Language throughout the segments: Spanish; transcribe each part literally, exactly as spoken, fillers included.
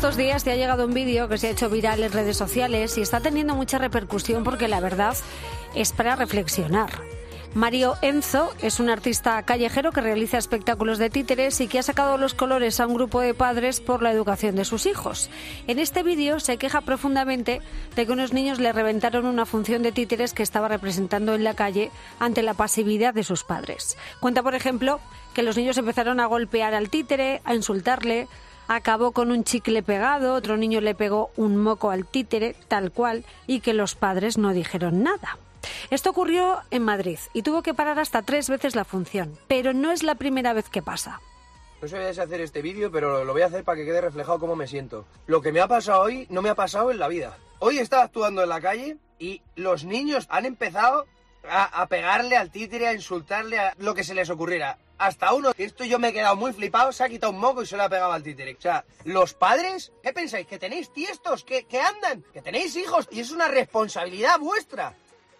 estos días te ha llegado un vídeo que se ha hecho viral en redes sociales y está teniendo mucha repercusión porque la verdad es para reflexionar. Mario Enzo es un artista callejero que realiza espectáculos de títeres y que ha sacado los colores a un grupo de padres por la educación de sus hijos. En este vídeo se queja profundamente de que unos niños le reventaron una función de títeres que estaba representando en la calle ante la pasividad de sus padres. Cuenta, por ejemplo, que los niños empezaron a golpear al títere, a insultarle, acabó con un chicle pegado, otro niño le pegó un moco al títere, tal cual, y que los padres no dijeron nada. Esto ocurrió en Madrid y tuvo que parar hasta tres veces la función, pero no es la primera vez que pasa. No sé hacer este vídeo, pero lo voy a hacer para que quede reflejado cómo me siento. Lo que me ha pasado hoy no me ha pasado en la vida. Hoy estaba actuando en la calle y los niños han empezado a, a pegarle al títere, a insultarle, a lo que se les ocurriera. Hasta uno, que esto yo me he quedado muy flipado, se ha quitado un moco y se lo ha pegado al títere. O sea, los padres, ¿qué pensáis? ¿Que tenéis tiestos? ¿Que, que andan? ¿Que tenéis hijos? Y es una responsabilidad vuestra.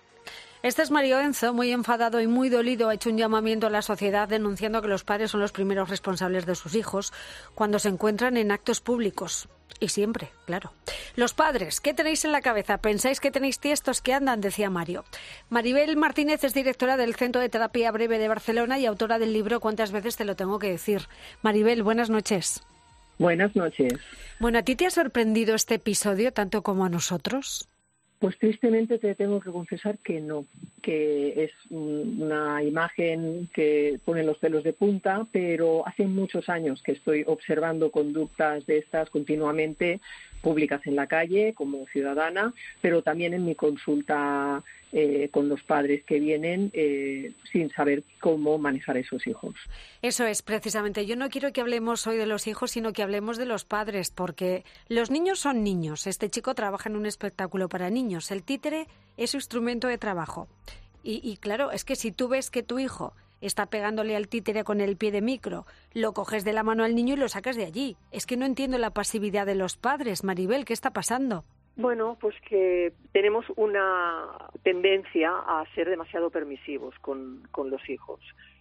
Este es Mario Enzo, muy enfadado y muy dolido, ha hecho un llamamiento a la sociedad denunciando que los padres son los primeros responsables de sus hijos cuando se encuentran en actos públicos. Y siempre, claro. Los padres, ¿qué tenéis en la cabeza? ¿Pensáis que tenéis tiestos que andan?, decía Mario. Maribel Martínez es directora del Centro de Terapia Breve de Barcelona y autora del libro ¿Cuántas veces te lo tengo que decir? Maribel, buenas noches. Buenas noches. Bueno, ¿a ti te ha sorprendido este episodio tanto como a nosotros? Pues tristemente te tengo que confesar que no, que es una imagen que pone los pelos de punta, pero hace muchos años que estoy observando conductas de estas continuamente públicas en la calle como ciudadana, pero también en mi consulta eh, con los padres que vienen eh, sin saber cómo manejar a esos hijos. Eso es, precisamente. Yo no quiero que hablemos hoy de los hijos, sino que hablemos de los padres, porque los niños son niños. Este chico trabaja en un espectáculo para niños. El títere es su instrumento de trabajo. Y, y claro, es que si tú ves que tu hijo está pegándole al títere con el pie de micro, lo coges de la mano al niño y lo sacas de allí. Es que no entiendo la pasividad de los padres. Maribel, ¿qué está pasando? Bueno, pues que tenemos una tendencia a ser demasiado permisivos con, con los hijos.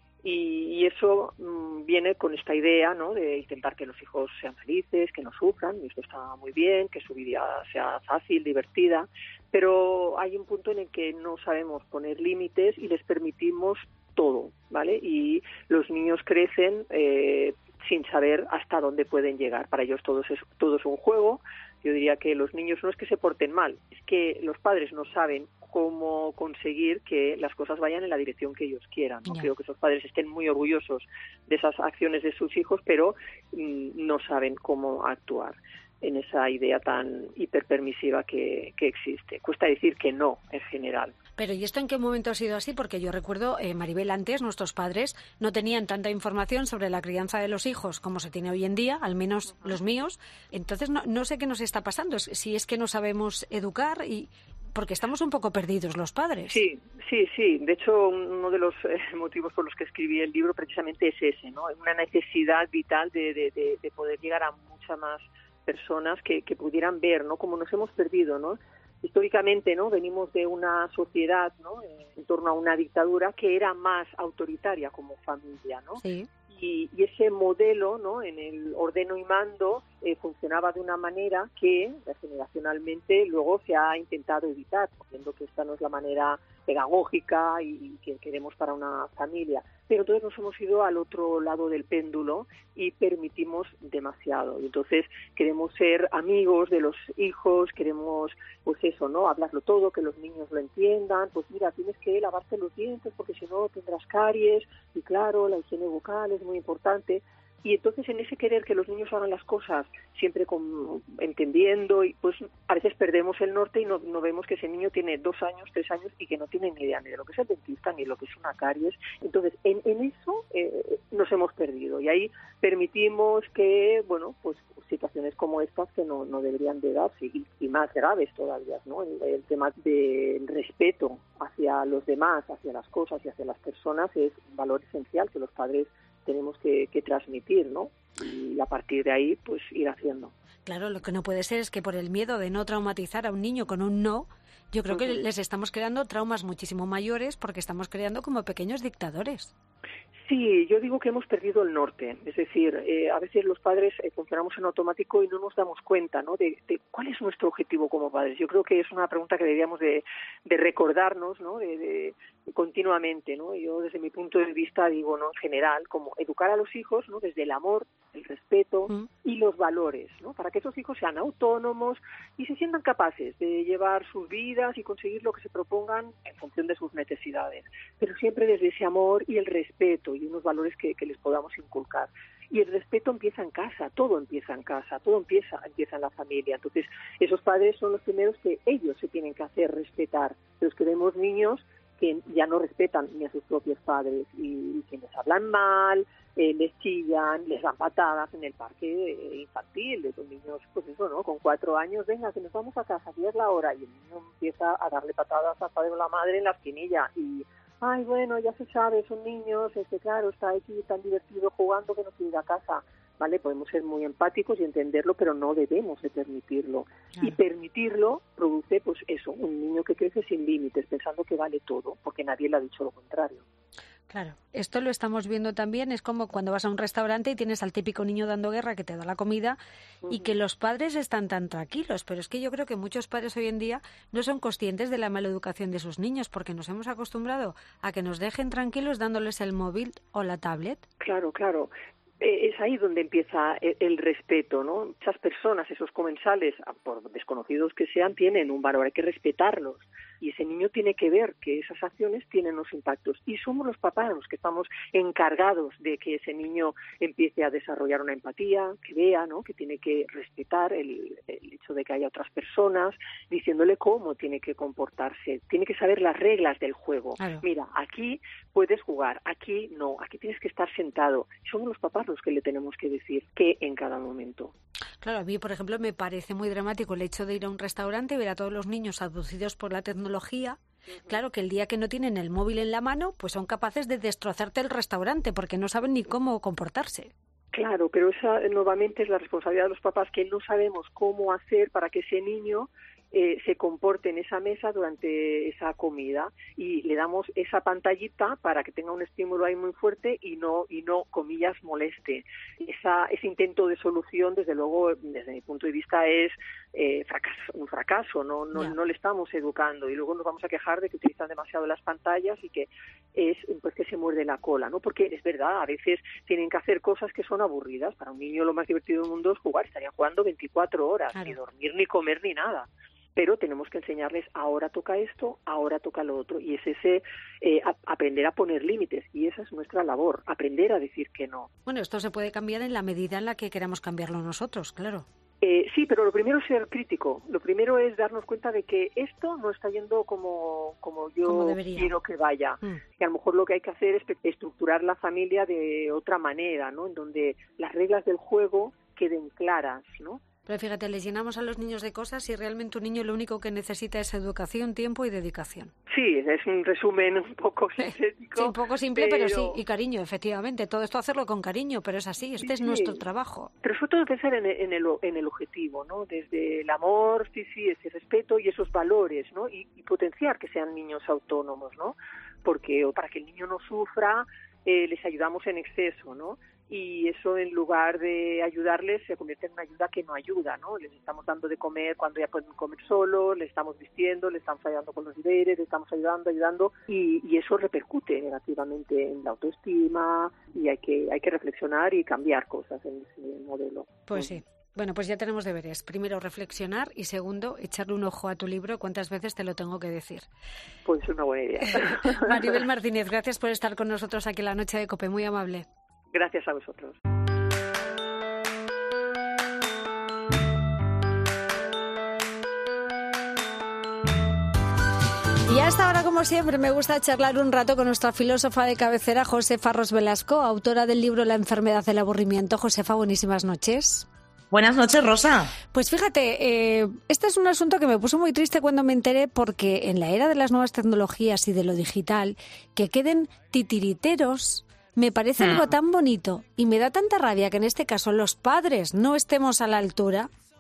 Y, y eso mmm, viene con esta idea, ¿no?, de intentar que los hijos sean felices, que no sufran, y esto está muy bien, que su vida sea fácil, divertida, pero hay un punto en el que no sabemos poner límites y les permitimos todo, ¿vale? Y los niños crecen eh, sin saber hasta dónde pueden llegar. Para ellos todo es, todo es un juego. Yo diría que los niños no es que se porten mal, es que los padres no saben cómo conseguir que las cosas vayan en la dirección que ellos quieran, ¿no? Yeah. Creo que esos padres estén muy orgullosos de esas acciones de sus hijos, pero mmm, no saben cómo actuar en esa idea tan hiperpermisiva que, que existe. Cuesta decir que no, en general. Pero ¿y esto en qué momento ha sido así? Porque yo recuerdo, eh, Maribel, antes nuestros padres no tenían tanta información sobre la crianza de los hijos como se tiene hoy en día, al menos uh-huh. los míos. Entonces no, no sé qué nos está pasando, si es que no sabemos educar y... porque estamos un poco perdidos los padres. Sí, sí, sí. De hecho, uno de los eh, motivos por los que escribí el libro precisamente es ese, ¿no? Una necesidad vital de, de, de, de poder llegar a mucha más personas que, que pudieran ver, ¿no?, cómo nos hemos perdido, ¿no? Históricamente, ¿no?, venimos de una sociedad, ¿no?, en torno a una dictadura que era más autoritaria como familia, ¿no? Sí. Y, y ese modelo, ¿no?, en el ordeno y mando eh, funcionaba de una manera que generacionalmente luego se ha intentado evitar, viendo que esta no es la manera pedagógica y, y que queremos para una familia. Pero entonces nos hemos ido al otro lado del péndulo y permitimos demasiado. Y entonces queremos ser amigos de los hijos, queremos, pues eso, ¿no?, hablarlo todo, que los niños lo entiendan. Pues mira, tienes que lavarte los dientes porque si no tendrás caries. Y claro, la higiene bucal es muy importante. Y entonces en ese querer que los niños hagan las cosas siempre con, entendiendo, y pues a veces perdemos el norte y no, no vemos que ese niño tiene dos años, tres años y que no tiene ni idea ni de lo que es el dentista ni de lo que es una caries. Entonces en, en eso eh, nos hemos perdido y ahí permitimos que, bueno, pues situaciones como estas que no, no deberían de darse y, y más graves todavía, ¿no? El, el tema del respeto hacia los demás, hacia las cosas y hacia las personas es un valor esencial que los padres tenemos que, que transmitir, ¿no? Y a partir de ahí, pues ir haciendo. Claro, lo que no puede ser es que por el miedo de no traumatizar a un niño con un no, yo creo uh-huh. que les estamos creando traumas muchísimo mayores porque estamos creando como pequeños dictadores. Sí, yo digo que hemos perdido el norte, es decir, eh, a veces los padres eh, funcionamos en automático y no nos damos cuenta, ¿no?, de, de cuál es nuestro objetivo como padres. Yo creo que es una pregunta que deberíamos de, de recordarnos, ¿no?, de, de, continuamente, ¿no? Yo desde mi punto de vista digo, ¿no?, en general, como educar a los hijos, ¿no?, desde el amor, el respeto mm. y los valores, ¿no?, para que esos hijos sean autónomos y se sientan capaces de llevar sus vidas y conseguir lo que se propongan en función de sus necesidades, pero siempre desde ese amor y el respeto y unos valores que, que les podamos inculcar. Y el respeto empieza en casa, todo empieza en casa, todo empieza, empieza en la familia. Entonces, esos padres son los primeros que ellos se tienen que hacer respetar. Pero es que vemos niños que ya no respetan ni a sus propios padres y, y que les hablan mal, eh, les chillan, les dan patadas en el parque eh, infantil de los niños, pues eso, ¿no?, con cuatro años, venga, que nos vamos a casa, que es la hora, y el niño empieza a darle patadas al padre o la madre en la esquinilla y ay, bueno, ya se sabe, son niños, es que claro, está aquí tan divertido jugando que no quiere ir a casa. Vale, podemos ser muy empáticos y entenderlo, pero no debemos de permitirlo. Claro. Y permitirlo produce, pues eso, un niño que crece sin límites, pensando que vale todo, porque nadie le ha dicho lo contrario. Claro, esto lo estamos viendo también, es como cuando vas a un restaurante y tienes al típico niño dando guerra que te da la comida uh-huh. y que los padres están tan tranquilos, pero es que yo creo que muchos padres hoy en día no son conscientes de la maleducación de sus niños porque nos hemos acostumbrado a que nos dejen tranquilos dándoles el móvil o la tablet. Claro, claro. Es ahí donde empieza el respeto, ¿no? Esas personas, esos comensales, por desconocidos que sean, tienen un valor, hay que respetarlos. Y ese niño tiene que ver que esas acciones tienen unos impactos. Y somos los papás los que estamos encargados de que ese niño empiece a desarrollar una empatía, que vea, ¿no?, que tiene que respetar el, el hecho de que haya otras personas, diciéndole cómo tiene que comportarse. Tiene que saber las reglas del juego. Claro. Mira, aquí puedes jugar, aquí no, aquí tienes que estar sentado. Somos los papás los que le tenemos que decir qué en cada momento. Claro, a mí, por ejemplo, me parece muy dramático el hecho de ir a un restaurante y ver a todos los niños abducidos por la tecnología. Uh-huh. Claro, que el día que no tienen el móvil en la mano, pues son capaces de destrozarte el restaurante porque no saben ni cómo comportarse. Claro, pero esa nuevamente es la responsabilidad de los papás, que no sabemos cómo hacer para que ese niño eh, se comporte en esa mesa durante esa comida y le damos esa pantallita para que tenga un estímulo ahí muy fuerte y no, y no comillas, moleste. Esa, ese intento de solución, desde luego, desde mi punto de vista, es eh, fracaso, un fracaso, no, no, yeah. no le estamos educando y luego nos vamos a quejar de que utilizan demasiado las pantallas y que es pues que se muerde la cola, ¿no? Porque es verdad, a veces tienen que hacer cosas que son aburridas. Para un niño lo más divertido del mundo es jugar, estarían jugando veinticuatro horas, claro. Ni dormir, ni comer, ni nada. Pero tenemos que enseñarles, ahora toca esto, ahora toca lo otro, y es ese eh, a, aprender a poner límites, y esa es nuestra labor, aprender a decir que no. Bueno, esto se puede cambiar en la medida en la que queramos cambiarlo nosotros, claro. Eh, sí, pero lo primero es ser crítico, lo primero es darnos cuenta de que esto no está yendo como, como yo como quiero que vaya, mm. que a lo mejor lo que hay que hacer es estructurar la familia de otra manera, ¿no?, en donde las reglas del juego queden claras, ¿no? Pero fíjate, les llenamos a los niños de cosas y realmente un niño lo único que necesita es educación, tiempo y dedicación. Sí, es un resumen un poco sintético. Sí, un poco simple, pero... pero sí, y cariño, efectivamente. Todo esto hacerlo con cariño, pero es así, este sí, es nuestro trabajo. Pero sobre todo pensar en el, en, el, en el objetivo, ¿no? Desde el amor, sí, sí, ese respeto y esos valores, ¿no? Y, y potenciar que sean niños autónomos, ¿no? Porque o para que el niño no sufra, eh, les ayudamos en exceso, ¿no? Y eso, en lugar de ayudarles, se convierte en una ayuda que no ayuda, ¿no? Les estamos dando de comer cuando ya pueden comer solos, les estamos vistiendo, les estamos ayudando con los deberes, les estamos ayudando, ayudando, y, y eso repercute negativamente en la autoestima, y hay que hay que reflexionar y cambiar cosas en ese modelo. Pues sí. Bueno, pues ya tenemos deberes. Primero, reflexionar, y segundo, echarle un ojo a tu libro. ¿Cuántas veces te lo tengo que decir? Pues es una buena idea. Maribel Martínez, gracias por estar con nosotros aquí en la Noche de COPE. Muy amable. Gracias a vosotros. Y hasta ahora, como siempre, me gusta charlar un rato con nuestra filósofa de cabecera, Josefa Ros Velasco, autora del libro La enfermedad del aburrimiento. Josefa, buenísimas noches. Buenas noches, Rosa. Pues fíjate, eh, este es un asunto que me puso muy triste cuando me enteré, porque en la era de las nuevas tecnologías y de lo digital, que queden titiriteros me parece algo tan bonito y me da tanta rabia que en este caso los padres no estemos a la altura.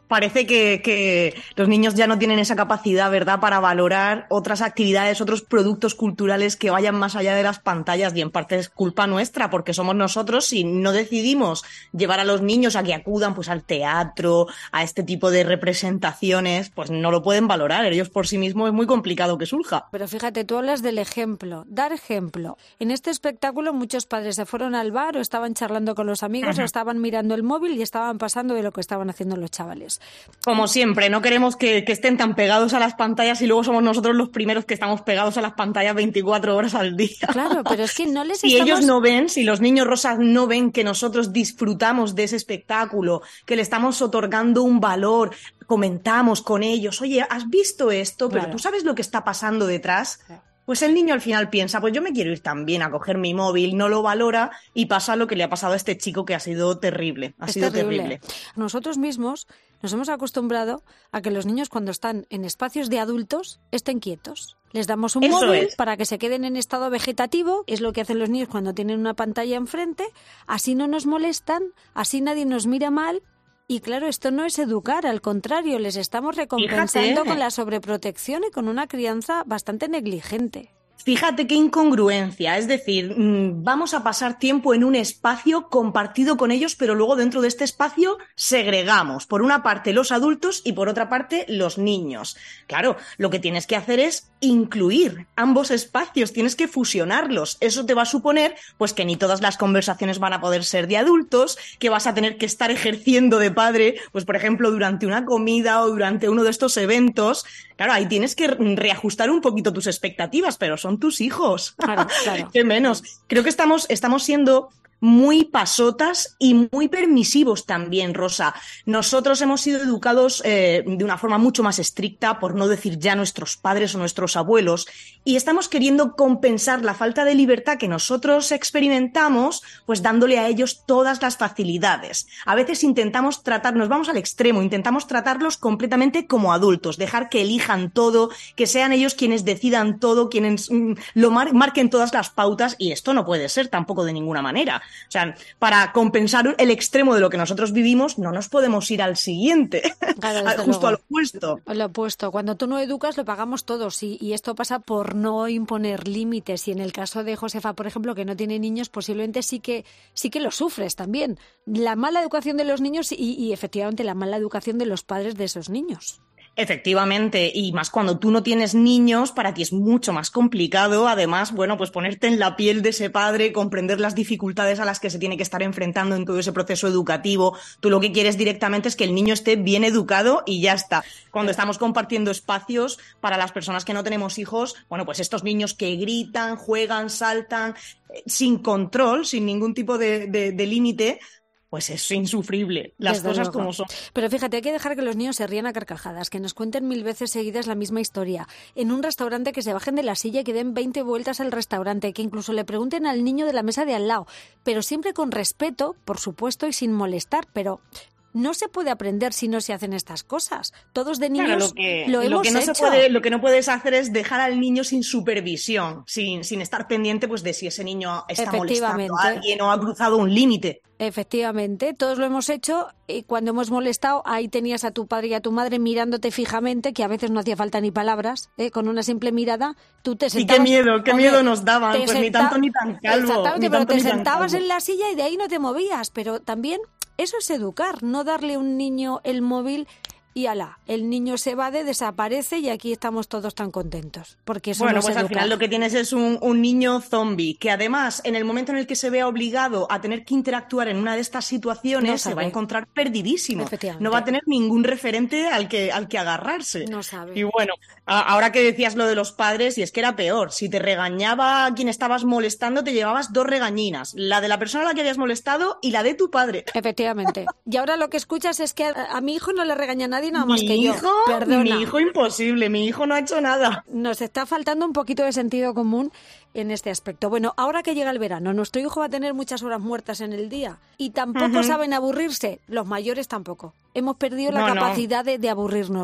Parece que, que los niños ya no tienen esa capacidad, ¿verdad?, para valorar otras actividades, otros productos culturales que vayan más allá de las pantallas, y en parte es culpa nuestra, porque somos nosotros, si no decidimos llevar a los niños a que acudan pues al teatro, a este tipo de representaciones, pues no lo pueden valorar. Ellos por sí mismos es muy complicado que surja. Pero fíjate, tú hablas del ejemplo, dar ejemplo. En este espectáculo muchos padres se fueron al bar o estaban charlando con los amigos uh-huh. o estaban mirando el móvil y estaban pasando de lo que estaban haciendo los chavales. Como siempre, no queremos que, que estén tan pegados a las pantallas y luego somos nosotros los primeros que estamos pegados a las pantallas veinticuatro horas al día. Claro, pero es que no les si estamos... ellos no ven, si los niños rosas no ven que nosotros disfrutamos de ese espectáculo, que le estamos otorgando un valor, comentamos con ellos, oye, ¿has visto esto? Pero claro. ¿Tú sabes lo que está pasando detrás? Claro. Pues el niño al final piensa, pues yo me quiero ir también a coger mi móvil, no lo valora y pasa lo que le ha pasado a este chico, que ha sido terrible, ha es sido terrible. terrible. Nosotros mismos nos hemos acostumbrado a que los niños cuando están en espacios de adultos estén quietos. Les damos un Eso móvil es. para que se queden en estado vegetativo, es lo que hacen los niños cuando tienen una pantalla enfrente, así no nos molestan, así nadie nos mira mal. Y claro, esto no es educar, al contrario, les estamos recompensando Fíjate. con la sobreprotección y con una crianza bastante negligente. Fíjate qué incongruencia, es decir, vamos a pasar tiempo en un espacio compartido con ellos, pero luego dentro de este espacio segregamos, por una parte los adultos y por otra parte los niños. Claro, lo que tienes que hacer es incluir ambos espacios, tienes que fusionarlos. Eso te va a suponer pues que ni todas las conversaciones van a poder ser de adultos, que vas a tener que estar ejerciendo de padre, pues por ejemplo, durante una comida o durante uno de estos eventos. Claro, ahí tienes que reajustar un poquito tus expectativas, pero son tus hijos. Claro, claro. Qué menos. Creo que estamos, estamos siendo muy pasotas y muy permisivos también, Rosa. Nosotros hemos sido educados eh, de una forma mucho más estricta, por no decir ya nuestros padres o nuestros abuelos, y estamos queriendo compensar la falta de libertad que nosotros experimentamos, pues dándole a ellos todas las facilidades. A veces intentamos tratarnos, vamos al extremo, intentamos tratarlos completamente como adultos, dejar que elijan todo, que sean ellos quienes decidan todo, quienes mm, lo mar- marquen todas las pautas, y esto no puede ser tampoco de ninguna manera. O sea, para compensar el extremo de lo que nosotros vivimos, no nos podemos ir al siguiente, claro, justo luego. al opuesto. Lo opuesto. Cuando tú no educas, lo pagamos todos, y, y esto pasa por no imponer límites. Y en el caso de Josefa, por ejemplo, que no tiene niños, posiblemente sí que sí que lo sufres también. La mala educación de los niños y, y efectivamente la mala educación de los padres de esos niños. Efectivamente, y más cuando tú no tienes niños, para ti es mucho más complicado, además, bueno, pues ponerte en la piel de ese padre, comprender las dificultades a las que se tiene que estar enfrentando en todo ese proceso educativo. Tú lo que quieres directamente es que el niño esté bien educado y ya está. Cuando estamos compartiendo espacios para las personas que no tenemos hijos, bueno, pues estos niños que gritan, juegan, saltan, eh, sin control, sin ningún tipo de, de, de límite, pues es insufrible, las Desde cosas luego. como son. Pero fíjate, hay que dejar que los niños se rían a carcajadas, que nos cuenten mil veces seguidas la misma historia. En un restaurante, que se bajen de la silla y que den veinte vueltas al restaurante, que incluso le pregunten al niño de la mesa de al lado, pero siempre con respeto, por supuesto, y sin molestar, pero... No se puede aprender si no se hacen estas cosas. Todos de niños claro, lo, que, lo hemos lo que no hecho. Se puede, lo que no puedes hacer es dejar al niño sin supervisión, sin, sin estar pendiente pues de si ese niño está molestando a alguien o ha cruzado un límite. Efectivamente, todos lo hemos hecho, y cuando hemos molestado, ahí tenías a tu padre y a tu madre mirándote fijamente, que a veces no hacía falta ni palabras, ¿eh? Con una simple mirada, tú te sentabas... Y qué miedo, qué oye, miedo nos daban, pues senta... ni tanto ni tan calvo. Exactamente, ni pero tanto, te ni tan sentabas calvo. en la silla y de ahí no te movías, pero también eso es educar, no darle a un niño el móvil y ala, el niño se evade, desaparece y aquí estamos todos tan contentos. Porque eso bueno, no es pues educar. Al final lo que tienes es un, un niño zombie, que además en el momento en el que se vea obligado a tener que interactuar en una de estas situaciones, no se va a encontrar perdidísimo. Efectivamente. No va a tener ningún referente al que, al que agarrarse. No sabe. Y bueno, a, ahora que decías lo de los padres, y es que era peor, si te regañaba a quien estabas molestando, te llevabas dos regañinas, la de la persona a la que habías molestado y la de tu padre. Efectivamente. Y ahora lo que escuchas es que a, a mi hijo no le regaña nadie nada más mi que hijo, yo. Perdona. Mi hijo imposible, mi hijo no ha hecho nada. Nos está faltando un poquito de sentido común en este aspecto. Bueno, ahora que llega el verano, nuestro hijo va a tener muchas horas muertas en el día y tampoco uh-huh. saben aburrirse, los mayores tampoco. Hemos perdido la no, capacidad no. de, de aburrirnos.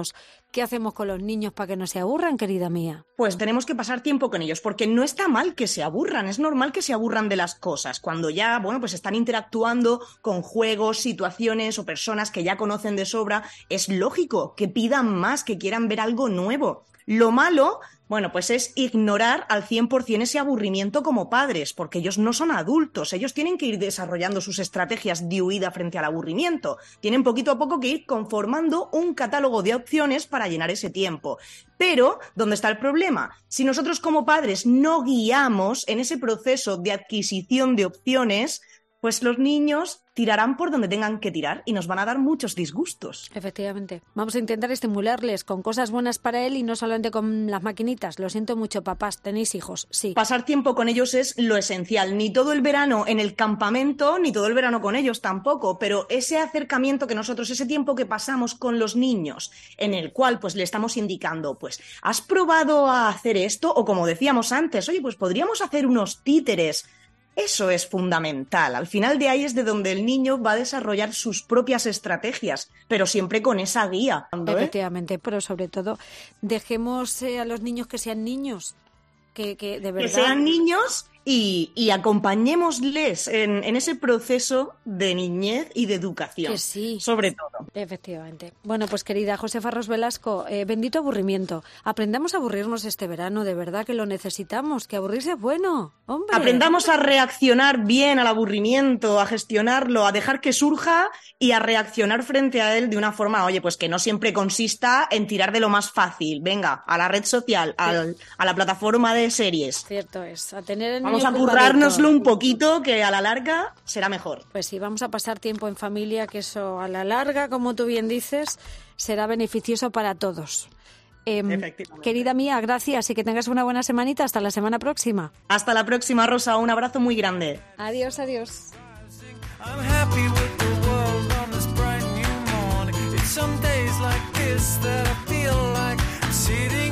¿Qué hacemos con los niños para que no se aburran, querida mía? Pues tenemos que pasar tiempo con ellos, porque no está mal que se aburran, es normal que se aburran de las cosas. Cuando ya, bueno, pues están interactuando con juegos, situaciones o personas que ya conocen de sobra, es lógico que pidan más, que quieran ver algo nuevo. Lo malo, bueno, pues es ignorar al cien por ciento ese aburrimiento como padres, porque ellos no son adultos, ellos tienen que ir desarrollando sus estrategias de huida frente al aburrimiento. Tienen poquito a poco que ir conformando un catálogo de opciones para llenar ese tiempo. Pero, ¿dónde está el problema? Si nosotros como padres no guiamos en ese proceso de adquisición de opciones, pues los niños tirarán por donde tengan que tirar y nos van a dar muchos disgustos. Efectivamente. Vamos a intentar estimularles con cosas buenas para él y no solamente con las maquinitas. Lo siento mucho, papás, tenéis hijos, sí. Pasar tiempo con ellos es lo esencial. Ni todo el verano en el campamento, ni todo el verano con ellos tampoco, pero ese acercamiento que nosotros, ese tiempo que pasamos con los niños, en el cual pues le estamos indicando, pues, ¿has probado a hacer esto? O como decíamos antes, oye, pues podríamos hacer unos títeres. Eso es fundamental. Al final de ahí es de donde el niño va a desarrollar sus propias estrategias, pero siempre con esa guía. ¿Eh? Efectivamente, pero sobre todo dejemos eh, a los niños que sean niños, que, que de verdad... Que sean niños y, y acompañémosles en, en ese proceso de niñez y de educación. Que sí. Sobre todo. Efectivamente. Bueno, pues querida Josefa Ros Velasco, eh, bendito aburrimiento. Aprendamos a aburrirnos este verano, de verdad que lo necesitamos, que aburrirse es bueno, hombre. Aprendamos a reaccionar bien al aburrimiento, a gestionarlo, a dejar que surja y a reaccionar frente a él de una forma, oye, pues que no siempre consista en tirar de lo más fácil. Venga, a la red social, al, a la plataforma de series. Cierto es, a tener el Vamos a currárnoslo un poquito, que a la larga será mejor. Pues sí, vamos a pasar tiempo en familia, que eso a la larga, como tú bien dices, será beneficioso para todos. Eh, querida mía, gracias y que tengas una buena semanita. Hasta la semana próxima. Hasta la próxima, Rosa. Un abrazo muy grande. Adiós, adiós. Some days like this that I feel like sitting